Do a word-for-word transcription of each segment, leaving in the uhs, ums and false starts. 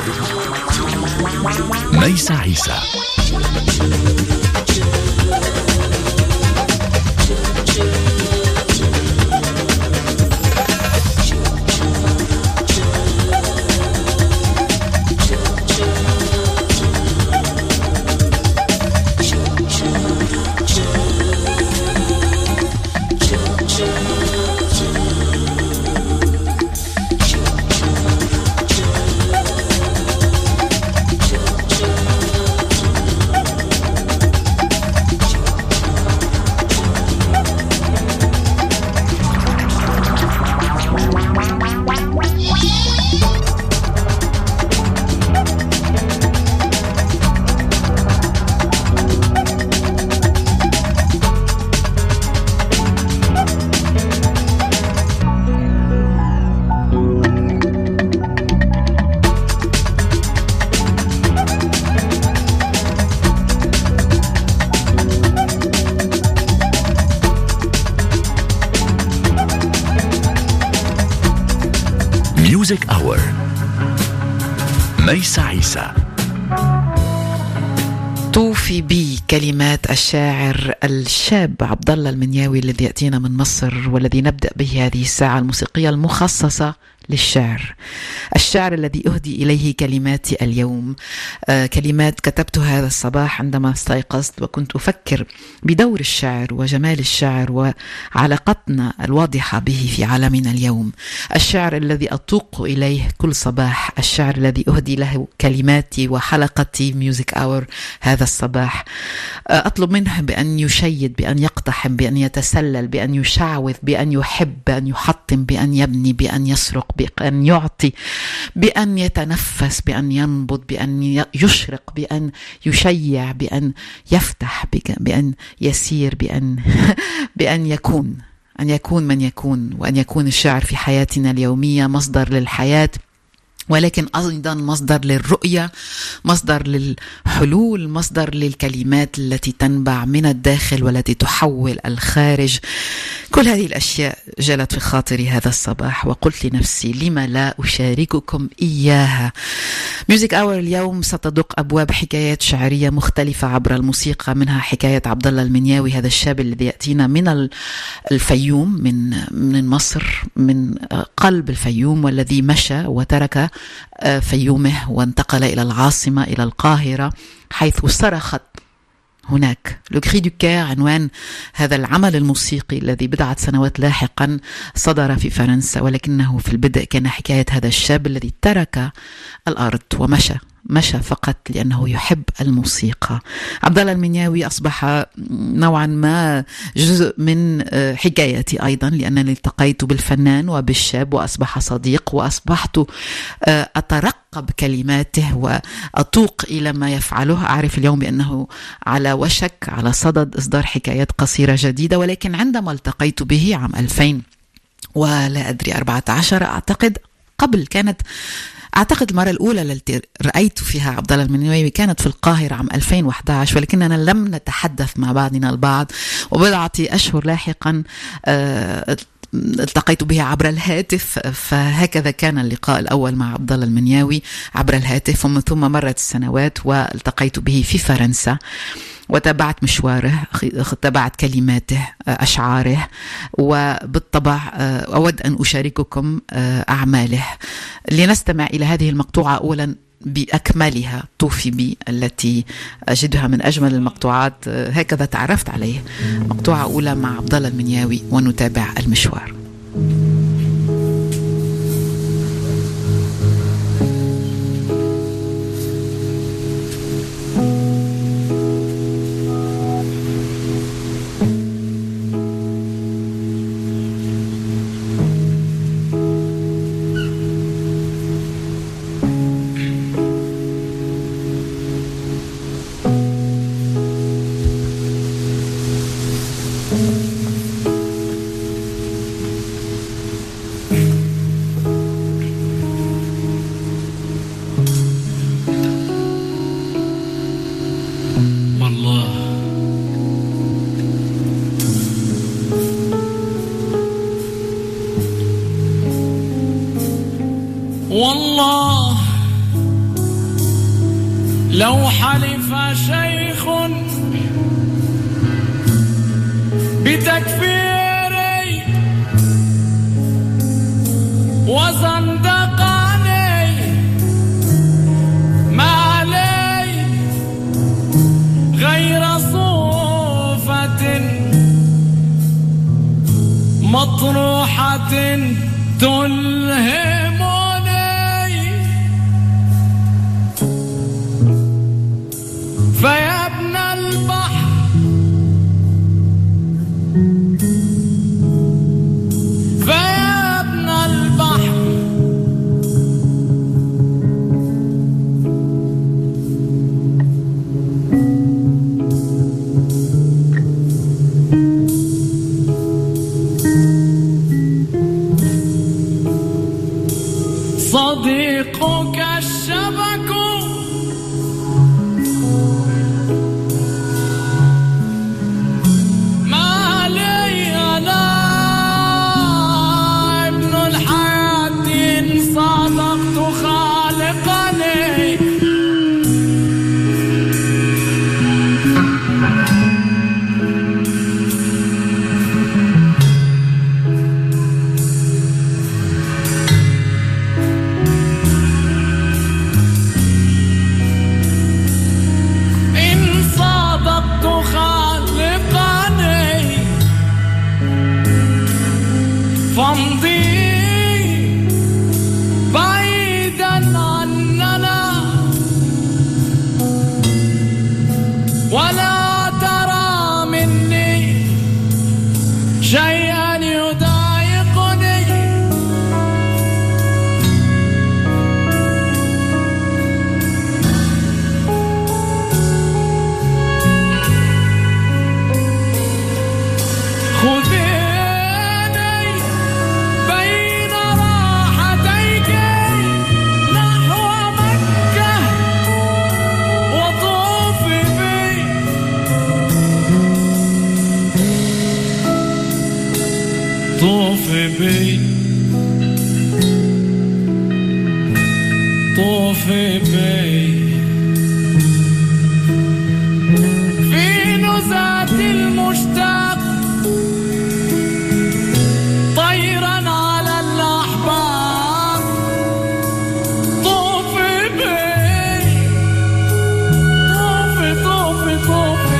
ميسة عيسى. ميوزك أور ميسة عيسى. توفي بي كلمات الشاعر الشاب عبد الله المنياوي الذي يأتينا من مصر، والذي نبدأ به هذه الساعة الموسيقية المخصصة للشعر. الشعر الذي أهدي إليه كلماتي اليوم، آه كلمات كتبتها هذا الصباح عندما استيقظت وكنت أفكر بدور الشعر وجمال الشعر وعلاقتنا الواضحة به في عالمنا اليوم. الشعر الذي أتوق إليه كل صباح، الشعر الذي أهدي له كلماتي وحلقتي ميوزك أور هذا الصباح. آه أطلب منه بأن يشيد، بأن يقتحم، بأن يتسلل، بأن يشعوذ، بأن يحب، بأن يحطم، بأن يبني، بأن يسرق، بأن يعطي، بأن يتنفس، بأن ينبض، بأن يشرق، بأن يشيع، بأن يفتح، بأن يسير، بأن بأن يكون أن يكون من يكون. وأن يكون الشعر في حياتنا اليومية مصدر للحياة، ولكن أيضا مصدر للرؤية، مصدر للحلول، مصدر للكلمات التي تنبع من الداخل والتي تحول الخارج. كل هذه الأشياء جلت في خاطري هذا الصباح، وقلت لنفسي لما لا أشارككم إياها. ميوزك أور اليوم ستدق أبواب حكايات شعرية مختلفة عبر الموسيقى، منها حكاية عبد الله المنياوي، هذا الشاب الذي يأتينا من الفيوم، من من مصر، من قلب الفيوم، والذي مشى وترك فيومه وانتقل إلى العاصمة، إلى القاهرة، حيث صرخت هناك لو كري دو كير، عنوان هذا العمل الموسيقي الذي بضعة سنوات لاحقا صدر في فرنسا، ولكنه في البدء كان حكاية هذا الشاب الذي ترك الأرض ومشى مشى فقط لأنه يحب الموسيقى. عبد الله المنياوي أصبح نوعا ما جزء من حكايتي أيضا، لأنني التقيت بالفنان وبالشاب وأصبح صديق، وأصبحت أترقب كلماته وأتوق إلى ما يفعله. أعرف اليوم بأنه على وشك، على صدد إصدار حكايات قصيرة جديدة، ولكن عندما التقيت به عام ألفين ولا أدري أربعة عشر أعتقد، قبل كانت أعتقد المرة الأولى التي رأيت فيها عبد الله المنياوي كانت في القاهرة عام ألفين وأحد عشر، ولكننا لم نتحدث مع بعضنا البعض. وبضعة أشهر لاحقا التقيت به عبر الهاتف، فهكذا كان اللقاء الأول مع عبد الله المنياوي عبر الهاتف، ومن ثم مرت السنوات والتقيت به في فرنسا وتابعت مشواره، تابعت كلماته، أشعاره، وبالطبع أود أن أشارككم أعماله. لنستمع إلى هذه المقطوعة أولا بأكملها، توفي بي، التي أجدها من أجمل المقطوعات، هكذا تعرفت عليه. مقطوعة أولى مع عبد الله المنياوي، ونتابع المشوار. لو حلف شيخ بتكفيري وزندقاني ما علي غير صوفة مطروحة تلهمني فيا ابن البحر فيا ابن البحر صديقك الشبك ما علي أنا ابن الحياة إن صادقت خالقني فامضي بعيدا عننا ولا ترى مني شيئا يضايقني خذي طوفي بي طوفي بي في نزهة المشتاق طيرا على الأحباب طوفي بي طوفي طوفي طوفي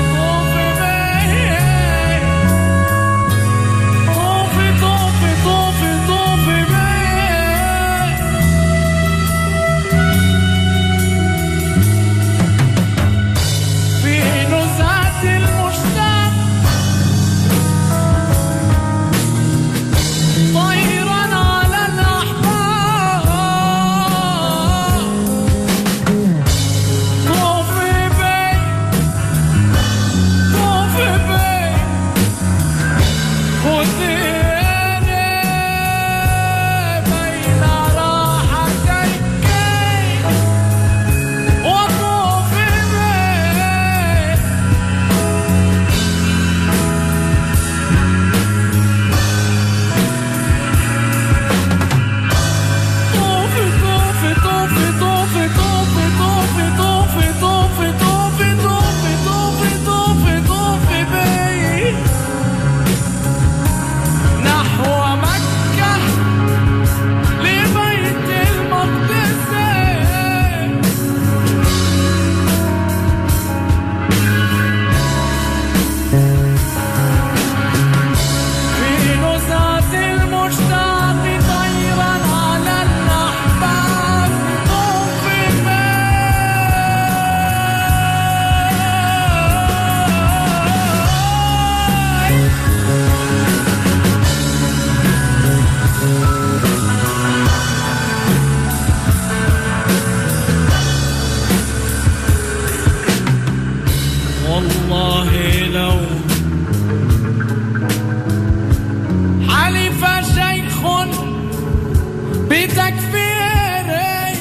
بتكفيري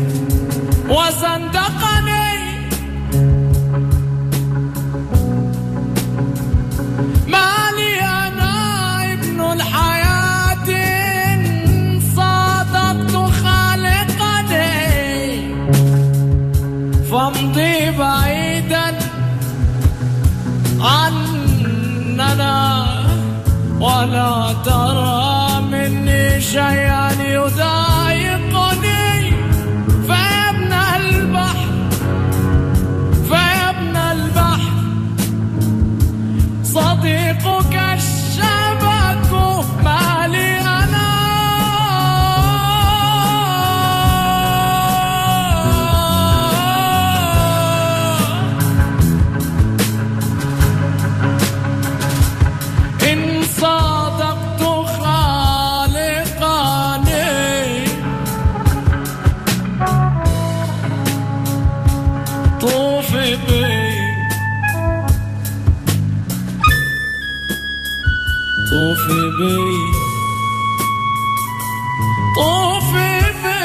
وزندقني ما لي أنا ابن الحياة إن صادقت خالقني فامضي عننا ولا ترى مني شيئا يضايقني فيا ابن البحر فيا ابن البحر صديقك الشبك مالي أنا إن صادقت خالقاني طوفي بي طوفي بي طوفي بي.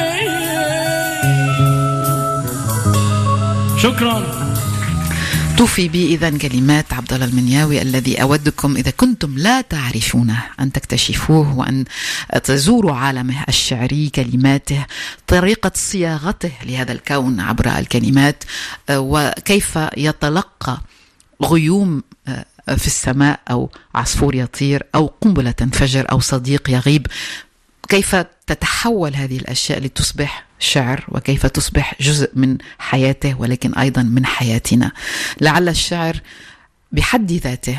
شكرا. توفي بي إذن كلمات عبد الله المنياوي الذي أودكم إذا كنتم لا تعرفونه أن تكتشفوه وأن تزوروا عالمه الشعري، كلماته، طريقة صياغته لهذا الكون عبر الكلمات، وكيف يتلقى غيوم في السماء أو عصفور يطير أو قنبلة تنفجر أو صديق يغيب، كيف تتحول هذه الأشياء لتصبح شعر وكيف تصبح جزء من حياته ولكن أيضا من حياتنا. لعل الشعر بحد ذاته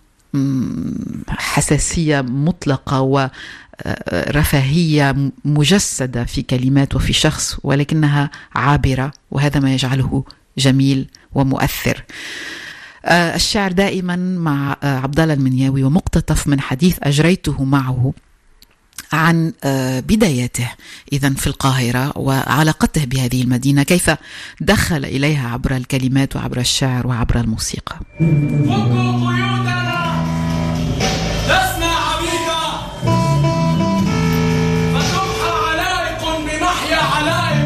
حساسية مطلقة ورفاهية مجسدة في كلمات وفي شخص، ولكنها عابرة، وهذا ما يجعله جميل ومؤثر. الشعر دائما مع عبد الله المنياوي، ومقتطف من حديث أجريته معه عن بداياته إذن في القاهرة وعلاقته بهذه المدينة، كيف دخل إليها عبر الكلمات وعبر الشعر وعبر الموسيقى. فكوا قيودنا لسنا عبيدا فتمحى علائق بمحيا علائق.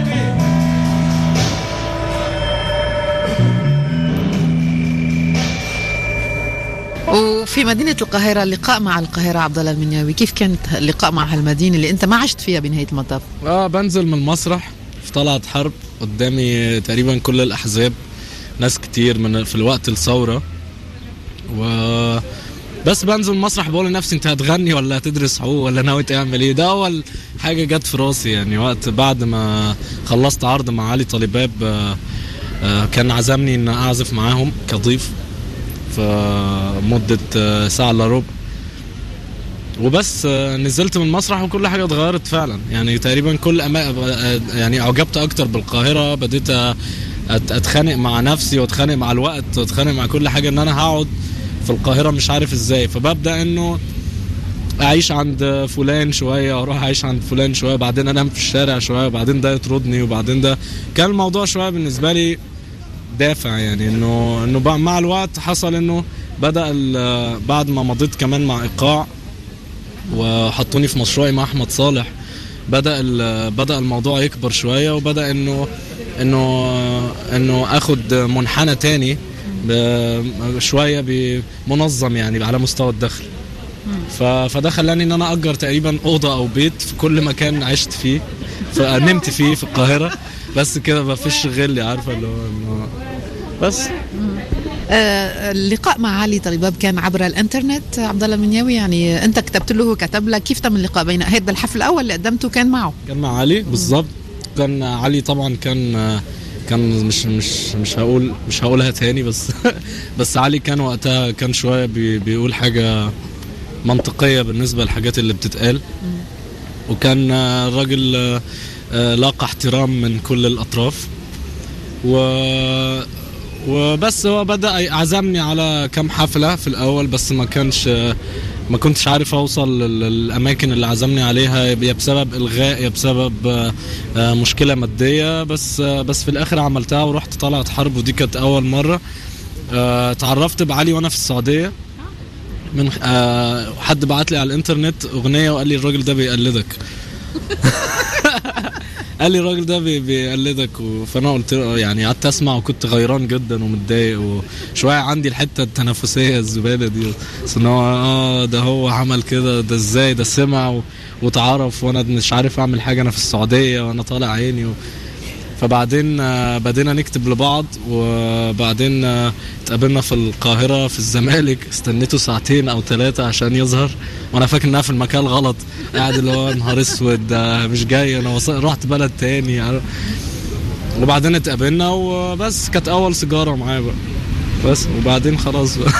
وفي مدينة القاهرة، اللقاء مع القاهرة عبد الله المنياوي، كيف كانت اللقاء مع هالمدينة اللي أنت ما عشت فيها بنهاية المطاف؟ آه بنزل من المسرح في طلعت حرب قدامي تقريبا كل الأحزاب، ناس كتير من في الوقت الثورة، و بس بنزل المسرح بقول لنفسي أنت هتغني ولا هتدرس حقوق ولا ناوي تعمل إيه؟ ده أول حاجة جت في راسي يعني. وقت بعد ما خلصت عرض مع علي طالباب آه آه كان عزمني إن أعزف معاهم كضيف مدة ساعة إلا ربع، وبس نزلت من المسرح وكل حاجة اتغيرت فعلا يعني. تقريبا كل أما يعني أعجبت أكتر بالقاهرة، بديت أتخانق مع نفسي وأتخانق مع الوقت وأتخانق مع كل حاجة إن أنا هقعد في القاهرة مش عارف إزاي. فببدأ إنه أعيش عند فلان شوية وأروح أعيش عند فلان شوية، بعدين أنام في الشارع شوية، وبعدين ده يطردني، وبعدين ده كان الموضوع شوية بالنسبة لي دافع يعني. انه انه مع الوقت حصل انه بدأ بعد ما مضيت كمان مع ايقاع وحطوني في مشروعي مع احمد صالح، بدأ بدأ الموضوع يكبر شوية، وبدأ انه انه انه اخد منحنى تاني شوية بمنظم يعني على مستوى الدخل. فده خلاني ان انا اجر تقريبا اوضه او بيت في كل مكان عشت فيه، فنمت فيه في القاهره بس كده، ما فيش غلي عارفه اللي هو بس. آه اللقاء مع علي طالباب كان عبر الانترنت عبد الله المنياوي، يعني انت كتبت له وكتب لك، كيف تم اللقاء بين هذا الحفل الاول اللي قدمته كان معه؟ كان مع علي بالضبط. كان علي طبعا كان كان مش مش مش هقول مش هقولها تاني بس بس علي كان وقتها كان شويه بي بيقول حاجه منطقيه بالنسبه للحاجات اللي بتتقال، وكان الراجل لاقى احترام من كل الاطراف، و وبس هو بدأ عزمني على كم حفلة في الأول، بس ما كانش ما كنتش عارف أوصل للأماكن اللي عزمني عليها، يا بسبب إلغاء يا بسبب مشكلة مادية، بس بس في الآخر عملتها ورحت طلعت حرب، ودي كانت أول مرة. تعرفت بعلي وأنا في السعودية، من حد بعت لي على الإنترنت أغنية وقال لي الراجل ده بيقلدك قال لي الراجل ده بيقلدك، فانا قلت له يعني قعدت اسمع وكنت غيران جدا ومتضايق، وشويه عندي الحته التنافسيه الزباله دي، بس ان هو اه ده هو عمل كده، ده ازاي ده سمع وتعرف وانا مش عارف اعمل حاجه، انا في السعوديه وانا طالع عيني و... فبعدين بدينا نكتب لبعض، وبعدين اتقابلنا في القاهرة في الزمالك، استنيته ساعتين او ثلاثة عشان يظهر، وانا فاكر انها في المكان غلط، قاعد اللي هو نهار اسود مش جاي، انا رحت بلد تاني. وبعدين اتقابلنا وبس، كانت اول سيجارة معايا بقى بس، وبعدين خلاص بقى.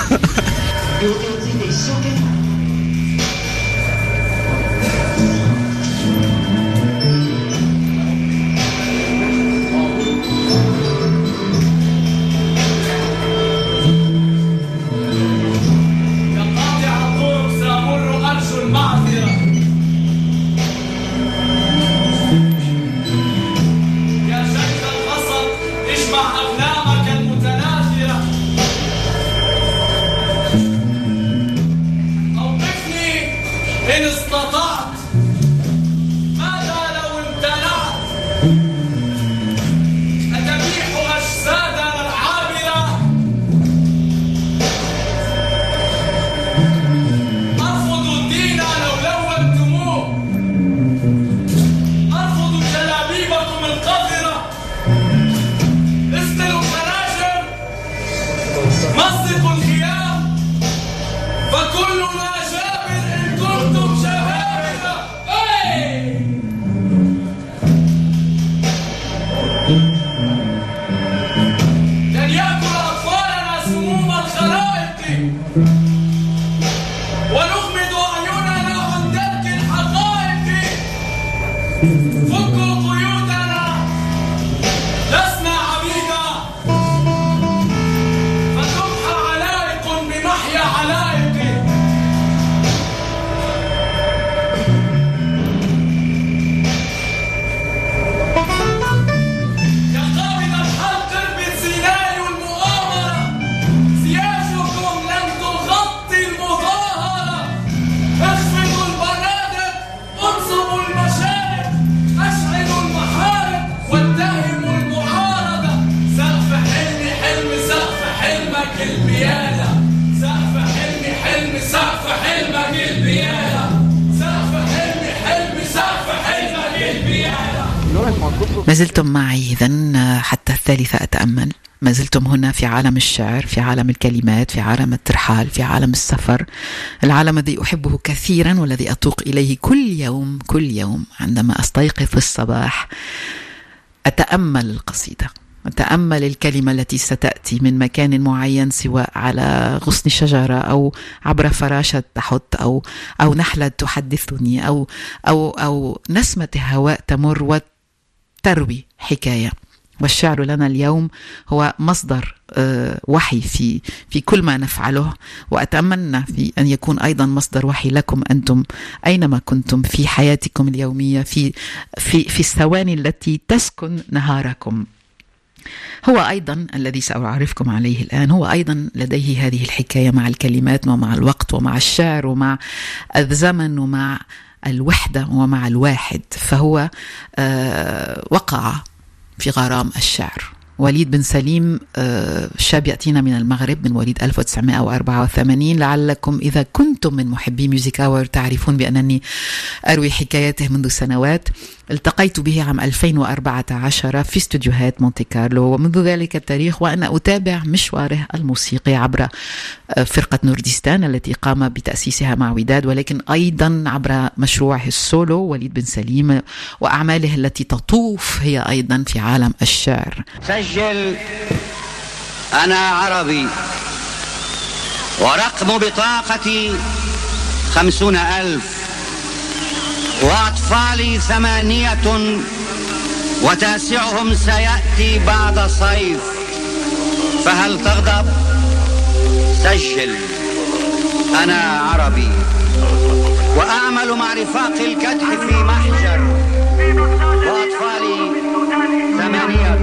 ما زلتم معي إذن حتى الثالثة أتأمل. ما زلتم هنا في عالم الشعر، في عالم الكلمات، في عالم الترحال، في عالم السفر، العالم الذي أحبه كثيرا والذي أتوق إليه كل يوم كل يوم. عندما أستيقظ في الصباح أتأمل القصيدة، أتأمل الكلمة التي ستأتي من مكان معين، سواء على غصن شجرة أو عبر فراشة تحط أو أو نحلة تحدثني أو أو أو نسمة هواء تمر وتروي حكاية. والشعر لنا اليوم هو مصدر وحي في في كل ما نفعله، وأتمنى في أن يكون أيضا مصدر وحي لكم أنتم أينما كنتم في حياتكم اليومية، في في في الثواني التي تسكن نهاركم. هو أيضا الذي سأعرفكم عليه الآن، هو أيضا لديه هذه الحكاية مع الكلمات ومع الوقت ومع الشعر ومع الزمن ومع الوحدة ومع الواحد. فهو آه وقع في غرام الشعر. وليد بن سليم شاب يأتينا من المغرب، من مواليد ألف وتسعمائة وأربعة وثمانين. لعلكم إذا كنتم من محبي ميوزك أور تعرفون بأنني أروي حكاياته منذ سنوات. التقيت به عام ألفين وأربعة عشر في استوديوهات مونتي كارلو، ومنذ ذلك التاريخ وأنا أتابع مشواره الموسيقي عبر فرقة نوردستان التي قام بتأسيسها مع وداد، ولكن أيضا عبر مشروعه السولو وليد بن سليم وأعماله التي تطوف هي أيضا في عالم الشعر. سجل أنا عربي ورقم بطاقتي خمسون ألف وأطفالي ثمانية وتاسعهم سيأتي بعد صيف، فهل تغضب؟ سجل أنا عربي وأعمل مع رفاق الكدح في محجر وأطفالي ثمانية.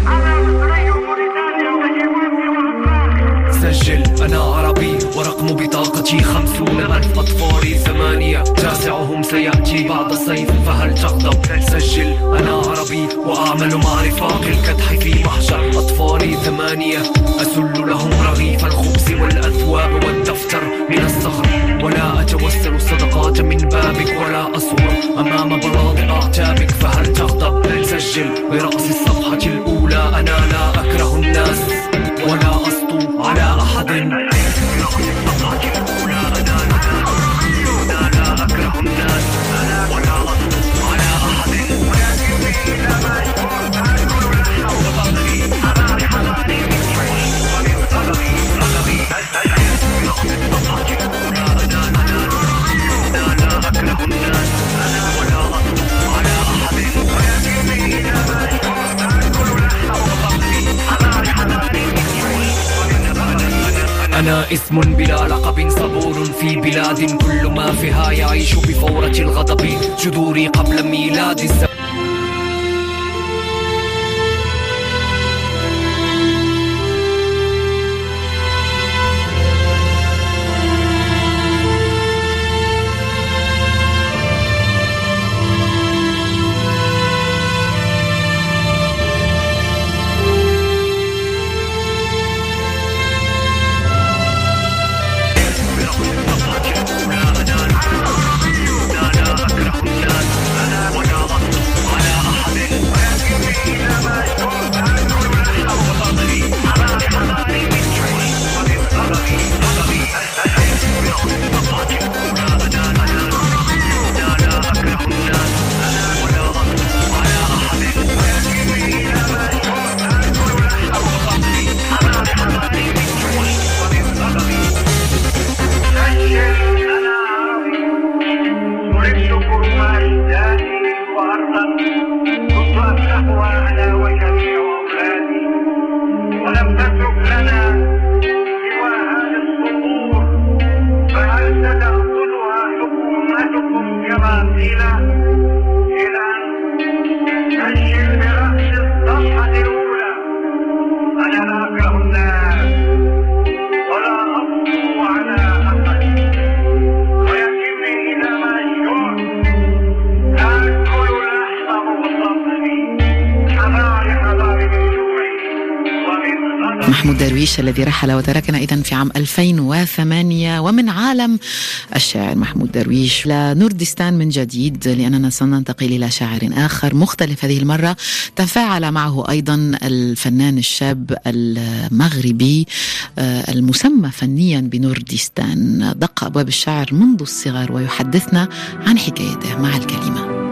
سجل أنا عربي ورقم بطاقتي خمسون ألف أطفالي ثمانية تاسعهم سيأتي بعد صيف، فهل تغضب؟ سجل أنا عربي وأعمل مع رفاق الكدح في محجر أطفالي ثمانية، أسل لهم رغيف الخبز والأثواب والدفتر من الصخر، ولا أتوسل الصدقات من بابك ولا أصور أمام براض أعتابك، فهل تغضب؟ سجل برأس الصفحة الأولى أنا لا أكره الناس ولا أسطو على أحد. برأس الصفحة الأولى أنا لا أكره الناس ولا أسطو على أحد. ولكني إذا ما شعرت أدخل لحظة وطلبي حضاري حضاري من شوي ومن طلبي طلبي. برأس الصفحة الأولى أنا لا أكره الناس ولا أسطو على أحد. ولكني إذا ما شعرت أدخل لحظة وطلبي حضاري حضاري من شوي ومن طلبي. أنا اسم بلا لقب صبور في بلاد كل ما فيها يعيش بفورة الغضب. جذوري قبل ميلاد الزمان. محمود درويش الذي رحل وتركنا إذن في عام ألفين وثمانية. ومن عالم الشاعر محمود درويش لنوردستان من جديد، لأننا سننتقل إلى شاعر آخر مختلف هذه المرة تفاعل معه أيضا الفنان الشاب المغربي المسمى فنيا بنوردستان. دق أبواب الشعر منذ الصغر ويحدثنا عن حكايته مع الكلمة.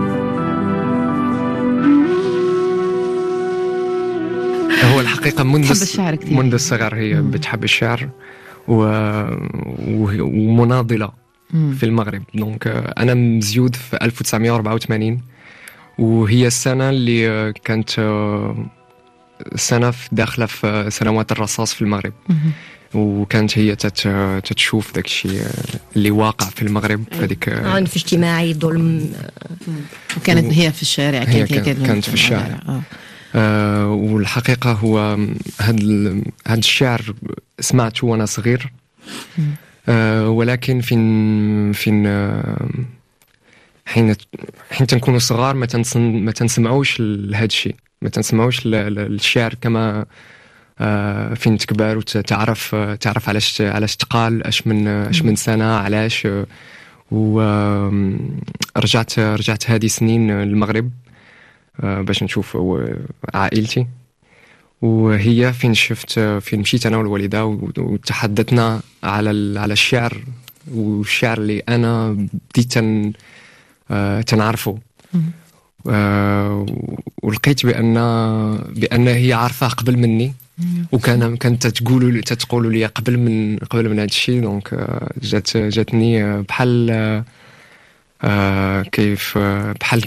هو الحقيقة منذ الشعر منذ الصغر هي مم. بتحب الشعر و... ومناضلة مم. في المغرب. دونك أنا مزيود في ألف وتسعمائة وأربعة وثمانين، وهي السنة اللي كانت سنة داخلة في سنوات الرصاص في المغرب. مم. وكانت هي تت... تتشوف داك الشيء اللي واقع في المغرب في هذيك عنف اجتماعي، ظلم. وكانت هي في الشارع. هي كانت, كانت, كانت في الشارع. آه. آه والحقيقة هو هذا هذا الشعر سمعته وأنا صغير. آه ولكن فين فين آه حين حين تنكونوا صغار ما تنسن ما تنسمعوش لهذا الشيء، ما تنسمعوش للشعر كما آه فين تكبر وتعرف تعرف علاش علاش تقال اش من اش من سنة علاش. ورجعت رجعت هذه سنين للمغرب باش نشوف عائلتي، وهي فين شفت فين مشيت انا والوالده وتحدثنا على على الشعر، والشعر اللي انا بديت تن تنعرفه. ولقيت بان بان هي عارفه قبل مني، وكان كانت تقول تقول لي قبل من قبل من هذا الشيء. دونك جات جاتني بحال كيف بحال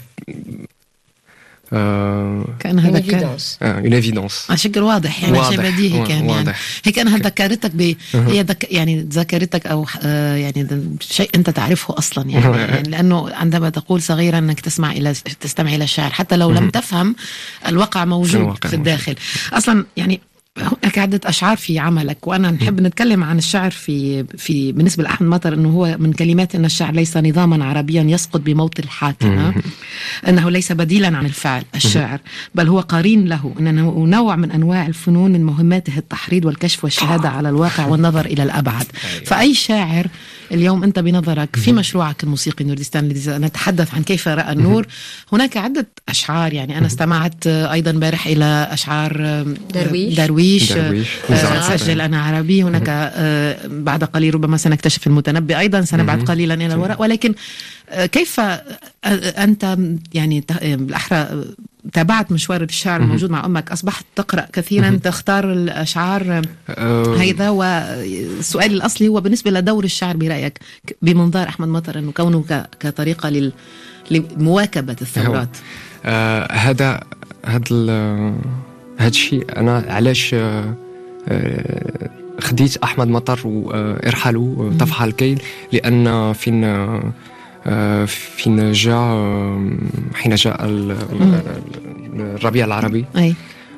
آه كأنها ذكر اون ايفيدونس على شكل واضح يعني شيء بديهي كان يعني هي كأنها ذكرتك ب هي ذك يعني ذكرتك او آه يعني شيء انت تعرفه اصلا يعني, يعني لانه عندما تقول صغيرا انك تسمع الى تستمع الى الشعر حتى لو لم تفهم الواقع موجود في الداخل اصلا. يعني هناك عدة أشعار في عملك، وأنا نحب نتكلم عن الشعر في في بالنسبة لأحمد مطر أنه هو من كلمات أن الشعر ليس نظاما عربيا يسقط بموت الحاكم، أنه ليس بديلا عن الفعل الشعر، بل هو قرين له، أنه نوع من أنواع الفنون من مهماته التحريض والكشف والشهادة على الواقع والنظر إلى الأبعد. فأي شاعر اليوم أنت بنظرك في مشروعك الموسيقي نوردستان الذي نتحدث عن كيف رأى النور، هناك عدة أشعار، يعني أنا استمعت أيضا بارح إلى أشعار درويش, درويش, درويش. آه سجل أنا عربي. هناك آه بعد قليل ربما سنكتشف المتنبي أيضا، سنبعد قليلا إلى الوراء. ولكن آه كيف أنت يعني بالأحرى تابعت مشوار الشعر الموجود مع أمك، أصبحت تقرأ كثيرا، تختار الأشعار هيدا، والسؤال الأصلي هو بالنسبة لدور الشعر برأيك بمنظار أحمد مطر، أنه كونه كطريقة لل... لمواكبة الثورات. آه هذا هذا هذا الشيء أنا علاش آه آه خديت أحمد مطر وإرحلوا طفح الكيل، لأن فين فين جاء حين جاء الربيع العربي أي.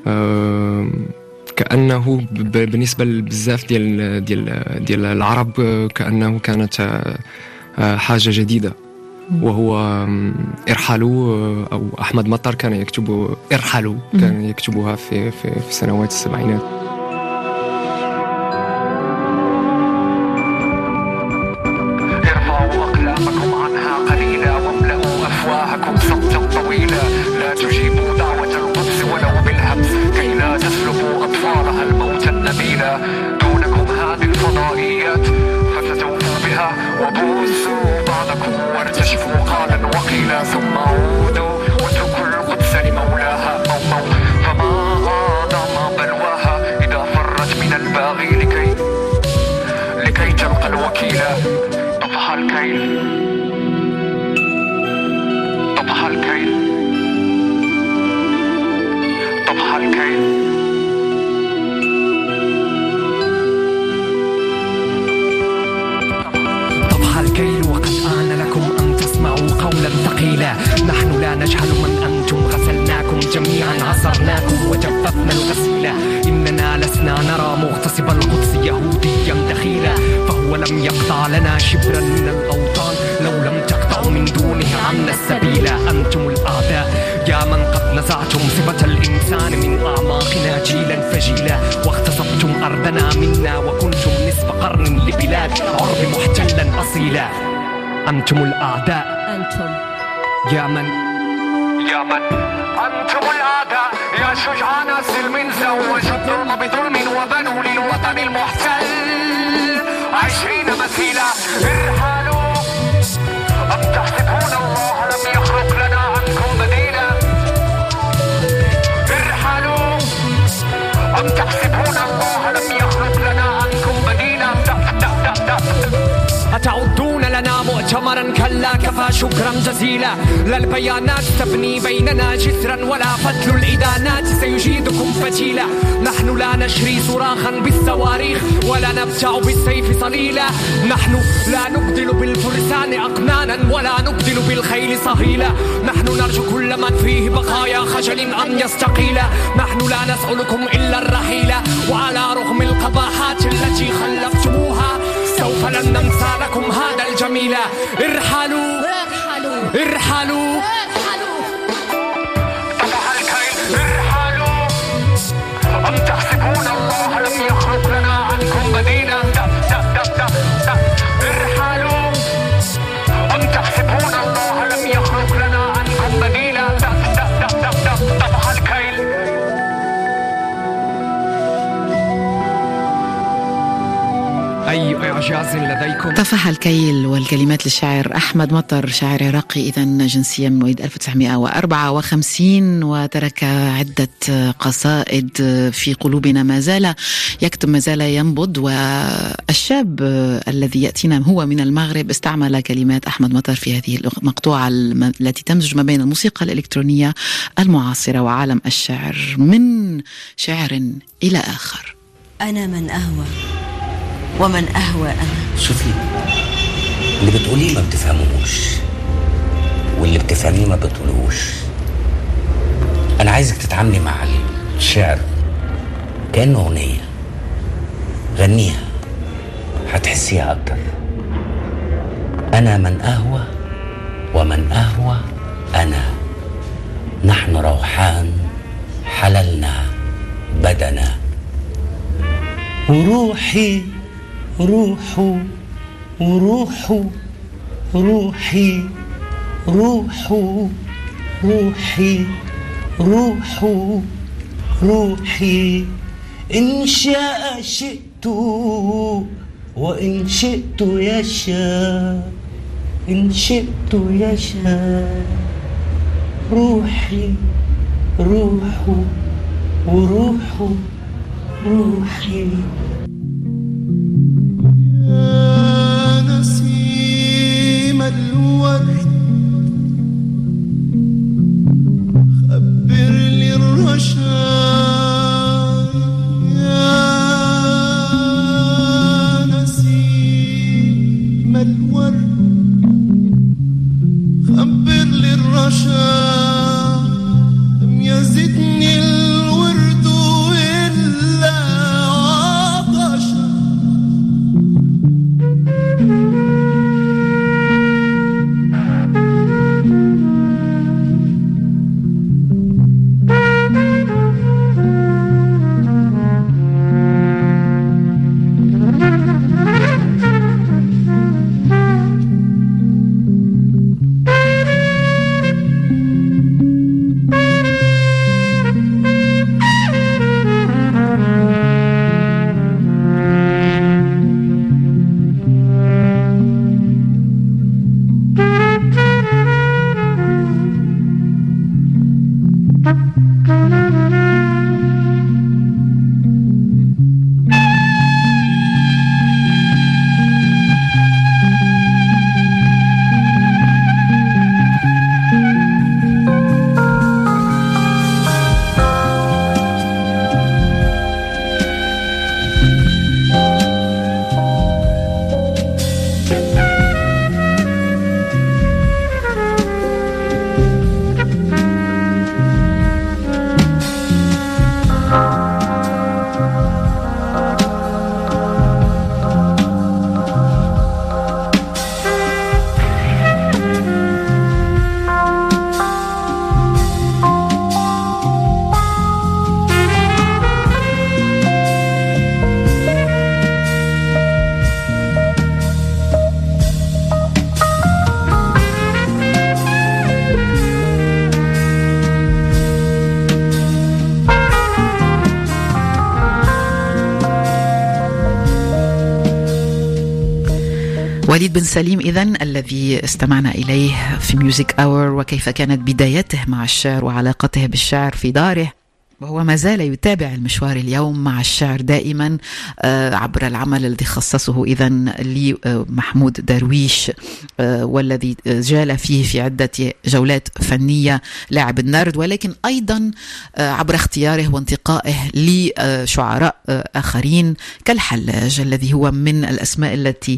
كأنه بالنسبة لبزاف ديال ديال ديال العرب كأنه كانت حاجة جديدة، وهو إرحلوا أو أحمد مطر كان يكتب إرحلوا، كان يكتبها في في في سنوات السبعينات. دونكم هذه الفضائيات فتتوفوا بها وبوسوا بعضكم وارتشفوا قالا وقيلا، ثم عودوا واتركوا القدس لمولاها مومو، فما أعظم بلواها إذا فرت من الباغي لكي لكي تلقى الوكيلا. طفح الكيل طفح الكيل طفح الكيل الكيل. وقد آن لكم أن تسمعوا قولا ثقيلا، نحن لا نجهل من أنتم، غسلناكم جميعا عصرناكم وجففنا الغسيلا، إننا لسنا نرى مغتصب القدس يهوديا دخيلا، فهو لم يقطع لنا شبرا من الأوطان لو لم تقطعوا من دونه عنا السبيلا. أنتم الأعداء يا من قد نزعتم صفة الإنسان من أعماقنا جيلا فجيلا، واغتصبتم أرضنا منا وكنتم نصف قرن لبلاد عرب محتلا أصيلا. أنتم الأعداء أنتم يا من يا من أنتم الأعداء يا شجعان السلم زوجوا الظلم بظلم وبنوا للوطن المحتل عشرين مثيلا. ارحلوا أم تحسبون الله لم يخلق لنا عنكم بديلا. ارحلوا أم تحسبون الله لم يخلق لنا عنكم بديلا. أتعدون لنا مؤتمرا كلا كفى شكرا جزيلا، لا البيانات تبني بيننا جسرا ولا فتل الإدانات سيجيدكم فتيلا. نحن لا نشري صراخا بالصواريخ ولا نبتع بالسيف صليلا، نحن لا نبدل بالفرسان أقنانا ولا نبدل بالخيل صهيلا، نحن نرجو كل من فيه بقايا خجل أن يستقيلا، نحن لا نسألكم إلا الرحيل، وعلى رغم القباحات التي خلفتموها سوف لن ننسى لكم هذا الجميل. ارحلوا ارحلوا ارحلوا ارحلوا طفح الكيل. ارحلوا أم تحسبون الله لم يخلق لنا عنكم بديلا. ارحلوا أم تحسبون الله لم يخلق لنا عنكم بديلا. طفح الكيل. أي إعجاز لديكم. طفح الكيل والكلمات للشاعر أحمد مطر، شاعر عراقي إذن جنسيا من مواليد ألف وتسعمائة وأربعة وخمسين، وترك عدة قصائد في قلوبنا، ما زال يكتب، ما زال ينبض. والشاب الذي يأتينا هو من المغرب استعمل كلمات أحمد مطر في هذه المقطوعة التي تمزج ما بين الموسيقى الإلكترونية المعاصرة وعالم الشعر من شعر إلى آخر. أنا من أهوى ومن أهوى أنا. شوفي، اللي بتقوليه ما بتفهموش واللي بتفهميه ما بتقولوش. أنا عايزك تتعاملي مع الشعر كأنه أغنية، غنيها هتحسيها أكتر. أنا من أهوى ومن أهوى أنا، نحن روحان حللنا بدنا، وروحي روحه وروحه روحي روحه روحي روحه روحي إن شاء شئت وإن شئت يشاء إن شئت يشاء روحي روحه وروحه روحي يا نسيم الورد خبر لي الرشاد يا نسيم الورد خبر لي الرشاد لم يزدني الورد إلا عطشا وليد بن سليم إذن الذي استمعنا إليه في ميوزك أور، وكيف كانت بدايته مع الشعر وعلاقته بالشعر في داره، وهو ما زال يتابع المشوار اليوم مع الشعر دائما عبر العمل الذي خصصه إذن لمحمود درويش، والذي جال فيه في عدة جولات فنية لاعب النرد، ولكن أيضا عبر اختياره وانتقائه لشعراء آخرين كالحلاج الذي هو من الأسماء التي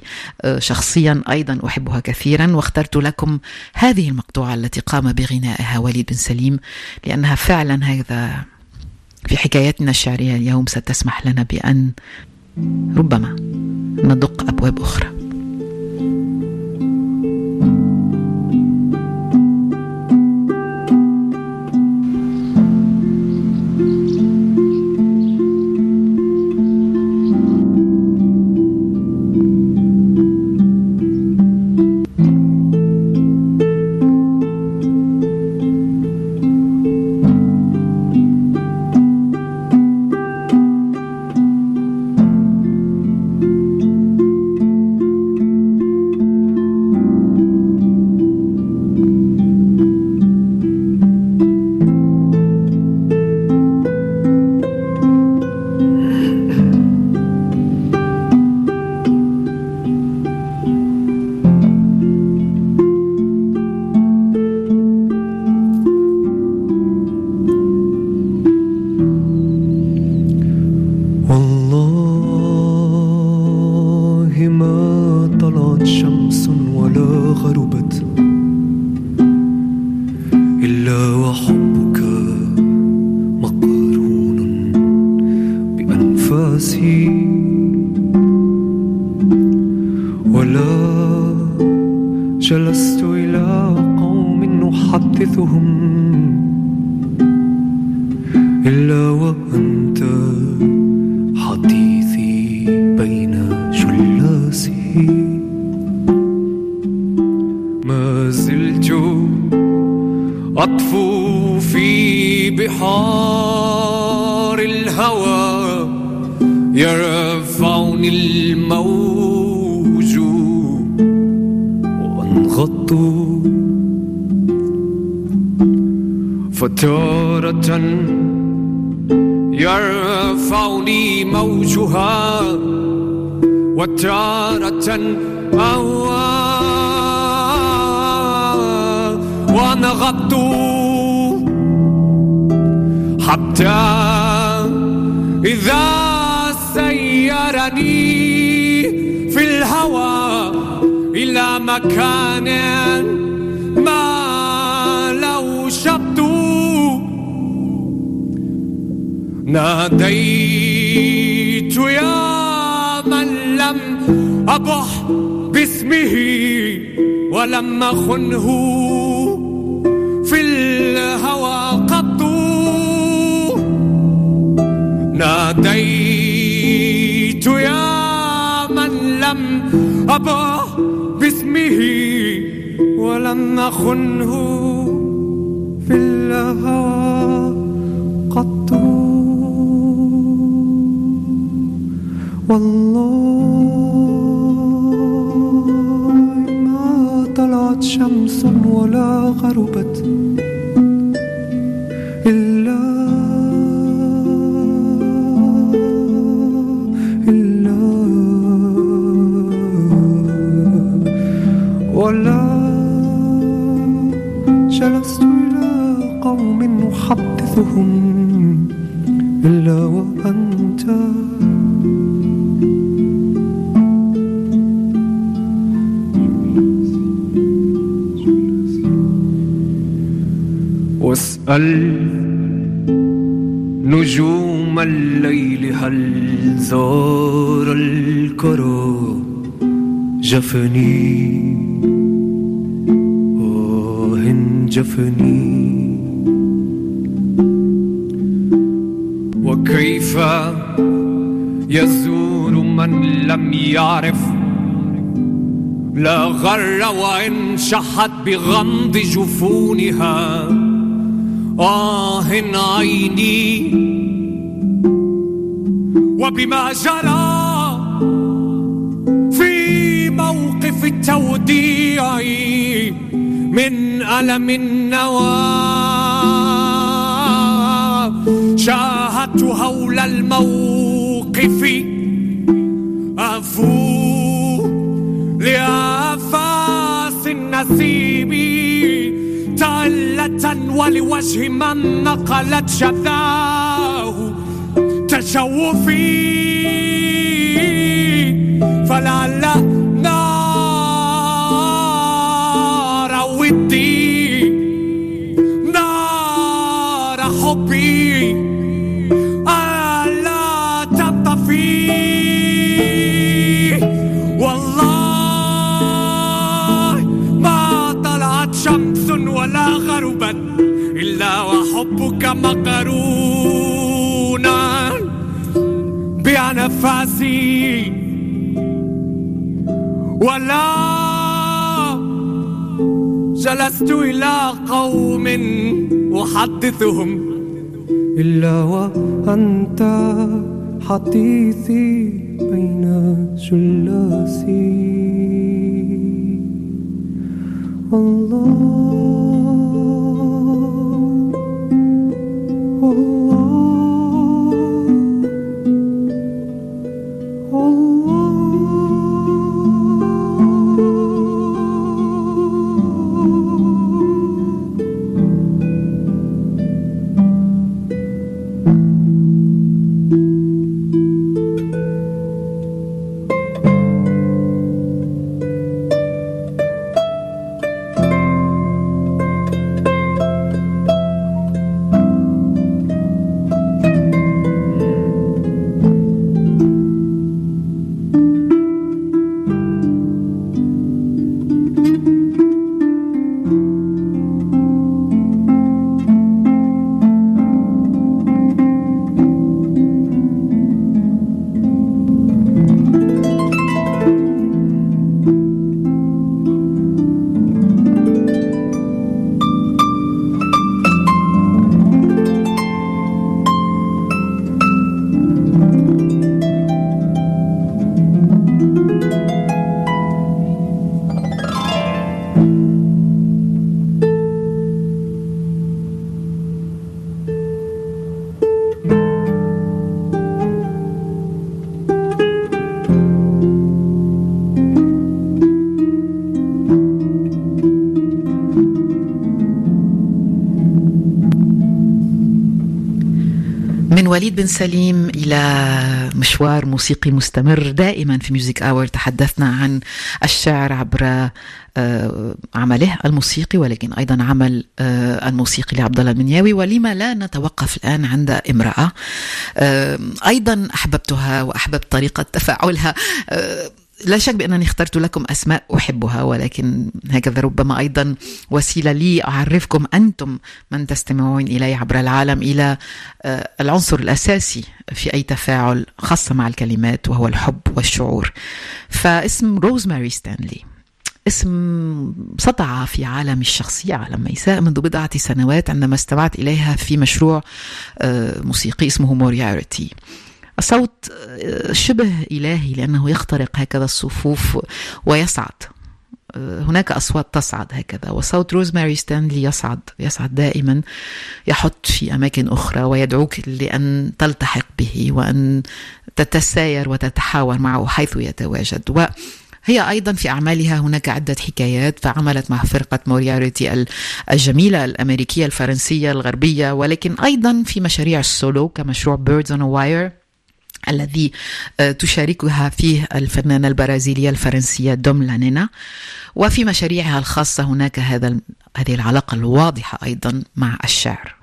شخصيا أيضا أحبها كثيرا. واخترت لكم هذه المقطوعة التي قام بغنائها وليد بن سليم لأنها فعلا هذا في حكايتنا الشعرية اليوم ستسمح لنا بأن ربما ندق أبواب أخرى. أطفو في بحار الهوى يرفعني الموج وانغط فتارة يرفعني موجها وتارة أوى ونغط حتى إذا سيرني في الهوى إلى مكان ما لو شبت ناديت يا من لم أبح باسمه ولم أخنه في الهوى قط ناديت يا من لم أبح باسمه ولم أخنه في الهوى قط والله ما طلعت شمس ولا غربت إلا إلا ولا جلست إلى قوم أحدثهم إلا وأنت واسأل نجوم الليل هل زار الكرى جفني آه جفني وكيف يزور من لم يعرف لا غر وإن شحت بغمض جفونها آه عيني وبما جرى في موقف التوديع من ألم النوى شاهدت هول الموقف أفوق لأنفاس النسيم تعلة ولوجه من نقلت شذاه تشوفي فلعل نار ودي نار حبي ألا تطفي والله ما طلعت شمس ولا غربت إلا وحبك مقرونا بأنفاسي ولا جلست إلى قوم أحدثهم إلا وأنت حديثي بين جلاسي الله وليد بن سليم إلى مشوار موسيقي مستمر. دائما في ميوزك آور تحدثنا عن الشعر عبر عمله الموسيقي، ولكن أيضا عمل الموسيقي لعبد الله المنياوي. ولما لا نتوقف الآن عند امرأة أيضا أحببتها وأحببت طريقة تفاعلها. لا شك بأنني اخترت لكم أسماء أحبها، ولكن هكذا ربما أيضا وسيلة لي أعرفكم أنتم من تستمعون إلي عبر العالم إلى العنصر الأساسي في أي تفاعل خاصة مع الكلمات، وهو الحب والشعور. فاسم روزماري ستانلي اسم سطع في عالم الشخصية، عالم ميساء، منذ بضعة سنوات عندما استمعت إليها في مشروع موسيقي اسمه موريارتي. صوت شبه إلهي لأنه يخترق هكذا الصفوف ويصعد. هناك أصوات تصعد هكذا، وصوت روزماري ستانلي يصعد يصعد دائما، يحط في أماكن أخرى ويدعوك لأن تلتحق به وأن تتساير وتتحاور معه حيث يتواجد. وهي أيضا في أعمالها هناك عدة حكايات، فعملت مع فرقة موريارتي الجميلة الأمريكية الفرنسية الغربية، ولكن أيضا في مشاريع السولو كمشروع Birds on a Wire الذي تشاركها فيه الفنانة البرازيلية الفرنسية دوم لانينا. وفي مشاريعها الخاصة هناك هذا هذه العلاقة الواضحة أيضا مع الشعر.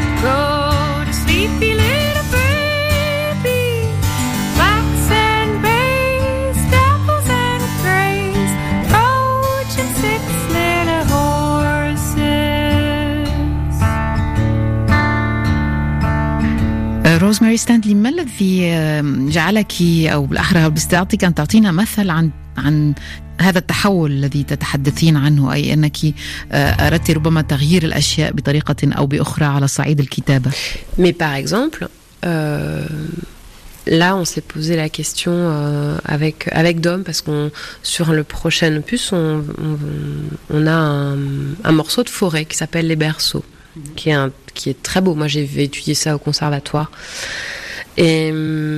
روزماري ستانلي، ما الذي جعلك أو بالأحرى باستطاعتك أن تعطينا مثل عن عن هذا التحول الذي تتحدثين عنه، أي أنك أردت ربما تغيير الأشياء بطريقة أو بأخرى على صعيد الكتابة؟ Mais par exemple, euh, là on s'est posé la question euh, avec avec Dom, parce qu'on sur le prochain opus on on, on a un, un morceau de forêt qui s'appelle Les Berceaux, qui est un qui est très beau. Moi j'ai étudié ça au conservatoire, et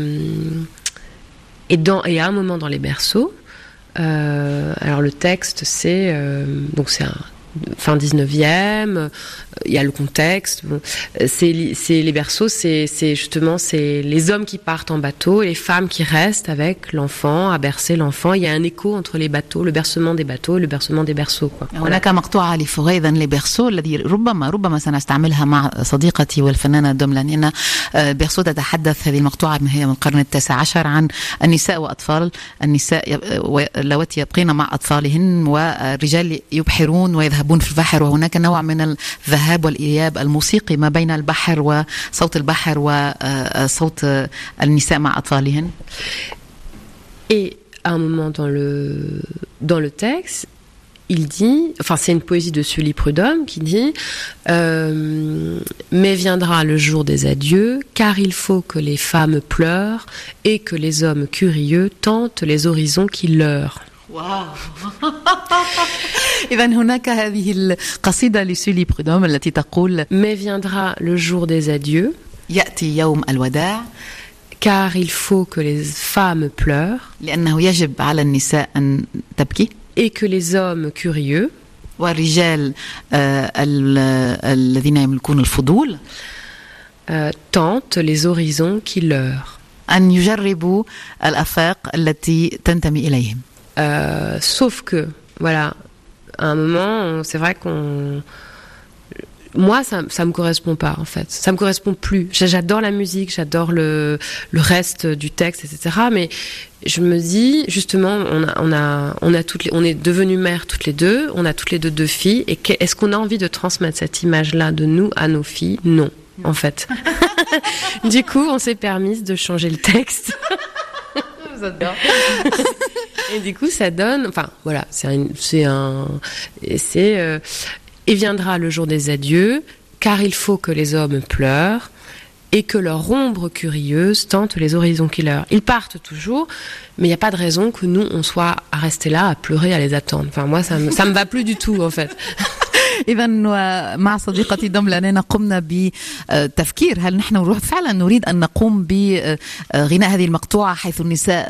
et dans et à un moment dans Les Berceaux, euh, alors le texte c'est euh, donc c'est un fin dix-neuvième, il y a le contexte. Bon, c'est, c'est les berceaux, c'est, c'est justement c'est les hommes qui partent en bateau et les femmes qui restent avec l'enfant, à bercer l'enfant. Il y a un écho entre les bateaux, le bercement des bateaux et le bercement des berceaux, quoi. هناك مقطوعة لفوري إذن لي بيرسو الذي ربما ربما سنستعملها مع صديقتي والفنانة دوم لانينا. بيرسو تتحدث هذه المقطوعة هي من القرن التاسع عشر عن النساء وأطفال النساء اللواتي يبقين مع أطفالهن، والرجال يبحرون ويذهبون في البحر، وهناك نوع من الذهاب والإياب الموسيقي ما بين البحر وصوت البحر وصوت النساء مع أطفالهن. Et à un moment dans le dans le texte, il dit, enfin c'est une poésie de Sully Prudhomme qui dit euh, mais viendra le jour des adieux, car il faut que les femmes pleurent et que les hommes curieux tentent les horizons qui leurrent. واو. إذن هناك هذه القصيدة لسولي برودوم التي تقول mais viendra le jour des adieux, يأتي يوم الوداع, car il faut que les femmes pleurent, لأنه يجب على النساء أن تبكي, et que les hommes curieux, والرجال الذين يملكون الفضول, tentent les horizons qui leurent, أن يجربوا الآفاق التي تنتمي إليهم. Euh, sauf que, voilà, à un moment, c'est vrai qu'on... Moi, ça, ça me correspond pas, en fait. Ça me correspond plus. J'adore la musique, j'adore le, le reste du texte, et cetera. Mais je me dis, justement, on a, on a, on a toutes les, on est devenues mères toutes les deux, on a toutes les deux deux filles, et que, est-ce qu'on a envie de transmettre cette image-là de nous à nos filles? Non, en fait. Du coup, on s'est permise de changer le texte. J'adore. Et du coup, ça donne, enfin, voilà, c'est un, c'est un, c'est, euh, et viendra le jour des adieux, car il faut que les hommes pleurent et que leur ombre curieuse tente les horizons qui leurent. Ils partent toujours, mais il n'y a pas de raison que nous, on soit à rester là, à pleurer, à les attendre. Enfin, moi, ça me, ça me va plus du tout, en fait. إذا مع صديقتي دم لنا قمنا بتفكير هل نحن نروح فعلا نريد أن نقوم بغناء هذه المقطوعة حيث النساء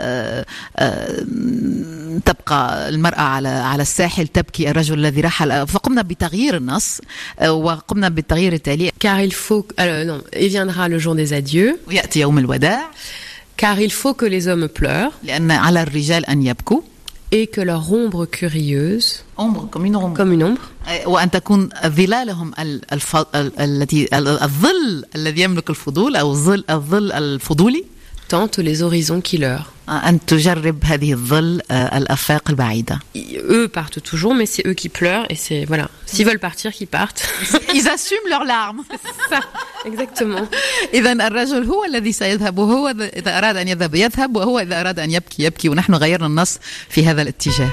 تبقى المرأة على على الساحل تبكي الرجل الذي رحل, فقمنا بتغيير النص وقمنا بالتغيير التالي. Car il faut alors, non, il viendra le jour des adieux. ويأتي يوم الوداع. Car il faut que les hommes pleurent. لأن على الرجال أن يبكوا. Et que leur ombre curieuse, ombre comme une ombre, comme une ombre, وأن تكون ظلالهم الف... التي الظل الذي يملك الفضول أو الظل الظل الفضولي tente les horizons qui leur. أن تجرب هذه الظل الآفاق البعيدة. Eux partent toujours, mais c'est eux qui pleurent et c'est voilà. S'ils veulent partir, qu'ils partent. Ils assument leurs larmes. Ça, exactement. إذا الرجل هو الذي سيذهب وهو إذا أراد أن يذهب يذهب وهو إذا أراد أن يبكي يبكي ونحن غيرنا النص في هذا الاتجاه.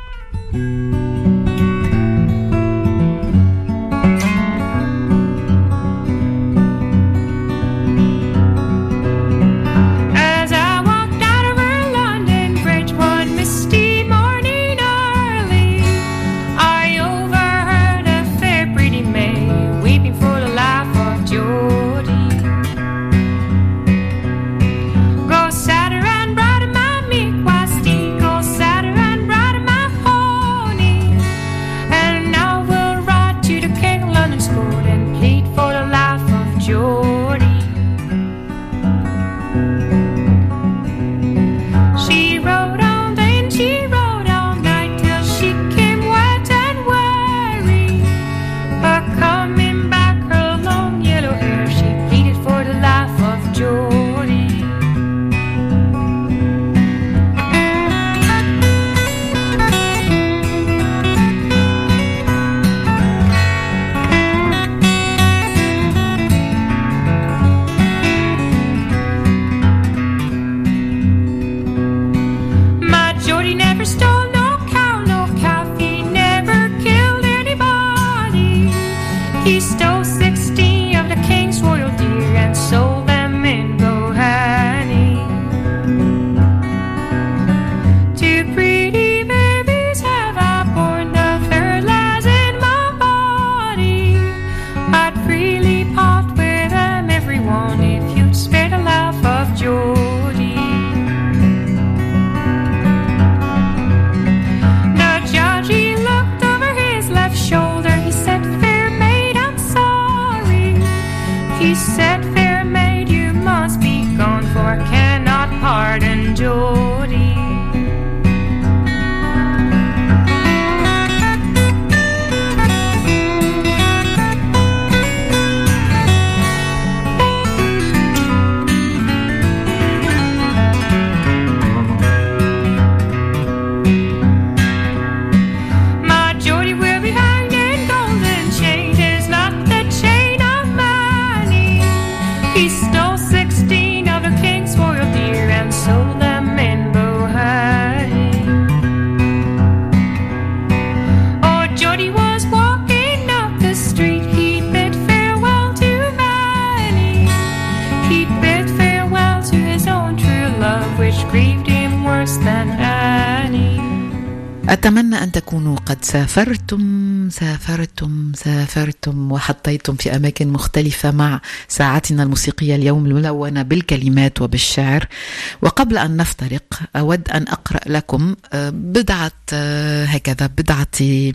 أتمنى أن تكونوا قد سافرتم سافرتم سافرتم وحطيتم في أماكن مختلفة مع ساعتنا الموسيقية اليوم الملونة بالكلمات وبالشعر. وقبل أن نفترق أود أن أقرأ لكم بضعة هكذا بضعة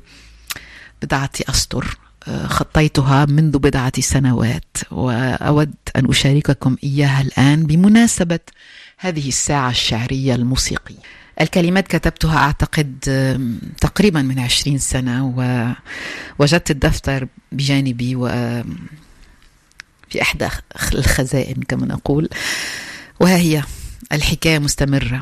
بضعة أسطر خطيتها منذ بضعة سنوات وأود أن أشارككم إياها الآن بمناسبة هذه الساعة الشعرية الموسيقية. الكلمات كتبتها أعتقد تقريبا من عشرين سنة ووجدت الدفتر بجانبي وفي إحدى الخزائن كما نقول، وها هي الحكاية مستمرة.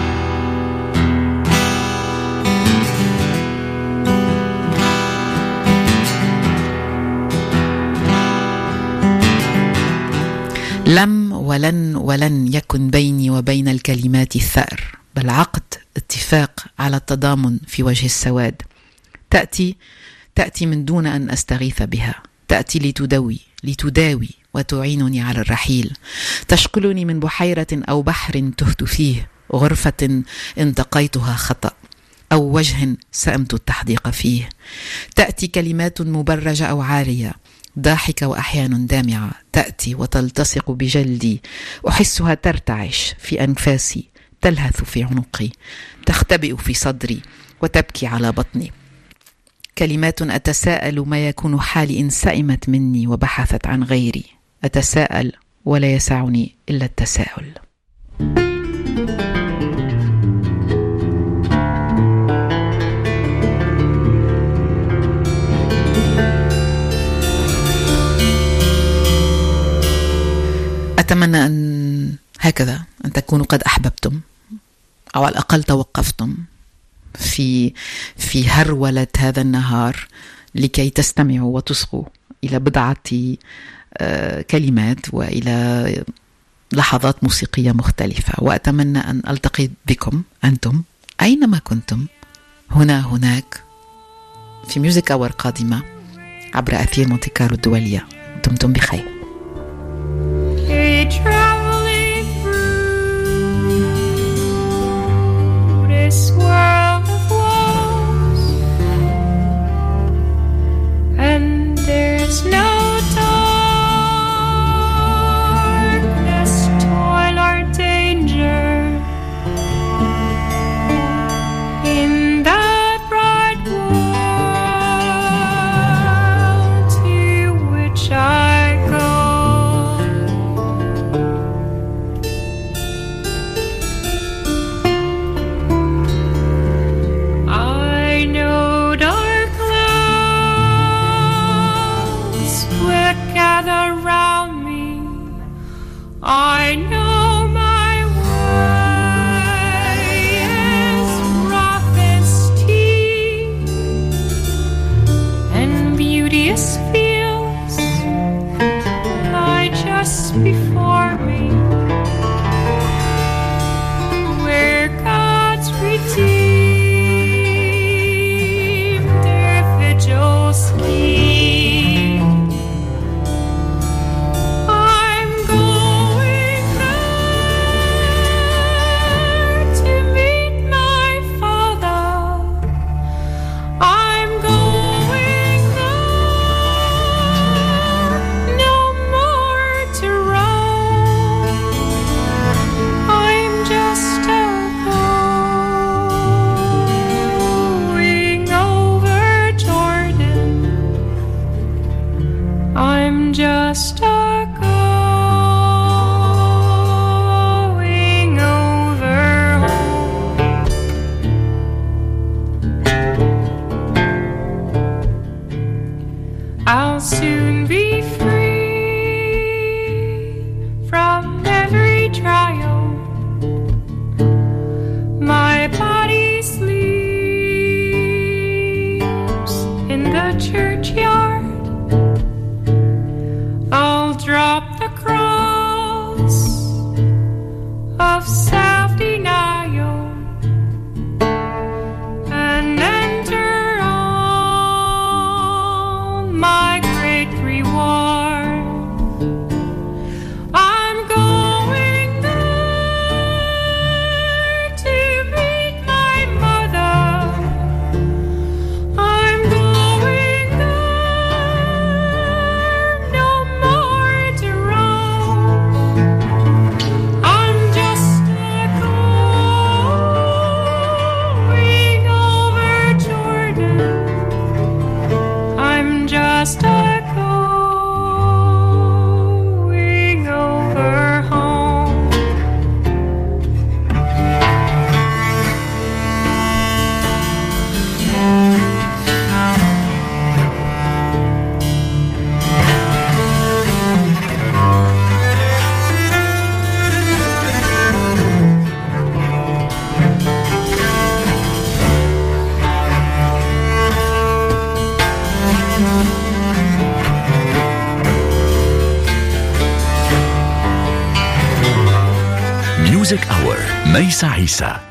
لم ولن ولن يكن بيني وبين الكلمات الثأر، بل عقد اتفاق على التضامن في وجه السواد. تأتي تأتي من دون أن أستغيث بها، تأتي لتدوي لتداوي وتعينني على الرحيل، تشقلني من بحيرة أو بحر تهت فيه، غرفة انتقيتها خطأ، أو وجه سأمت التحديق فيه. تأتي كلمات مبرجة أو عارية، ضاحكة وأحيان دامعة، تأتي وتلتصق بجلدي، أحسها ترتعش في أنفاسي، تلهث في عنقي، تختبئ في صدري وتبكي على بطني. كلمات أتساءل ما يكون حالي إن سئمت مني وبحثت عن غيري. أتساءل ولا يسعني إلا التساؤل. أتمنى أن هكذا أن تكونوا قد أحببتم، أو على الأقل توقفتم في في هرولة هذا النهار لكي تستمعوا وتصغوا إلى بضعة كلمات وإلى لحظات موسيقية مختلفة. وأتمنى أن ألتقي بكم أنتم أينما كنتم، هنا هناك، في ميوزك أور قادمة عبر أثير مونتي كارلو الدولية. دمتم بخير. Traveling through this world of walls, and there's no darkness, toil or danger in that bright world to which I go. I know my way is rough and steep, and beauteous fields lie just before me, where God's redeemed their vigils keep. I'm going there to meet my Father. I'm going there, no more to roam. I'm just a going over Jordan. I'm just a going over home. I'll soon be free from every trial. My body sleeps in the churchyard. I'll drop the cross of self-denial and enter on my great reward. I'm going there to meet my mother. I'm going there, no more to roam. I'm just a going over Jordan. I'm just a going over home. ميوزك أور ميسا عيسى.